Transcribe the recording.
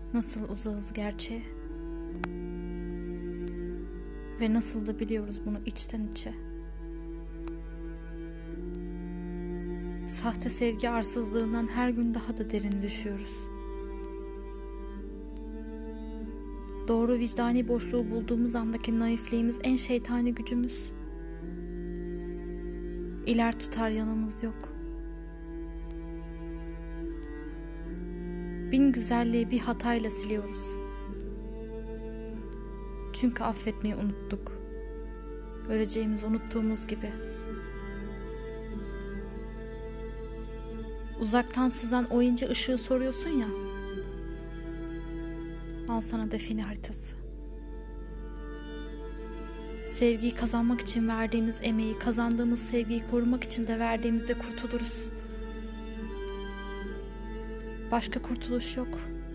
Nasıl uzağız gerçeğe ve nasıl da biliyoruz bunu içten içe. Sahte sevgi arsızlığından her gün daha da derin düşüyoruz. Doğru vicdani boşluğu bulduğumuz andaki naifliğimiz en şeytani gücümüz. İler tutar yanımız yok. Bin güzelliği bir hatayla siliyoruz. Çünkü affetmeyi unuttuk. Öleceğimizi unuttuğumuz gibi. Uzaktan sızan o ince ışığı soruyorsun ya. Al sana define haritası. Sevgiyi kazanmak için verdiğimiz emeği, kazandığımız sevgiyi korumak için de verdiğimizde kurtuluruz. Başka kurtuluş yok.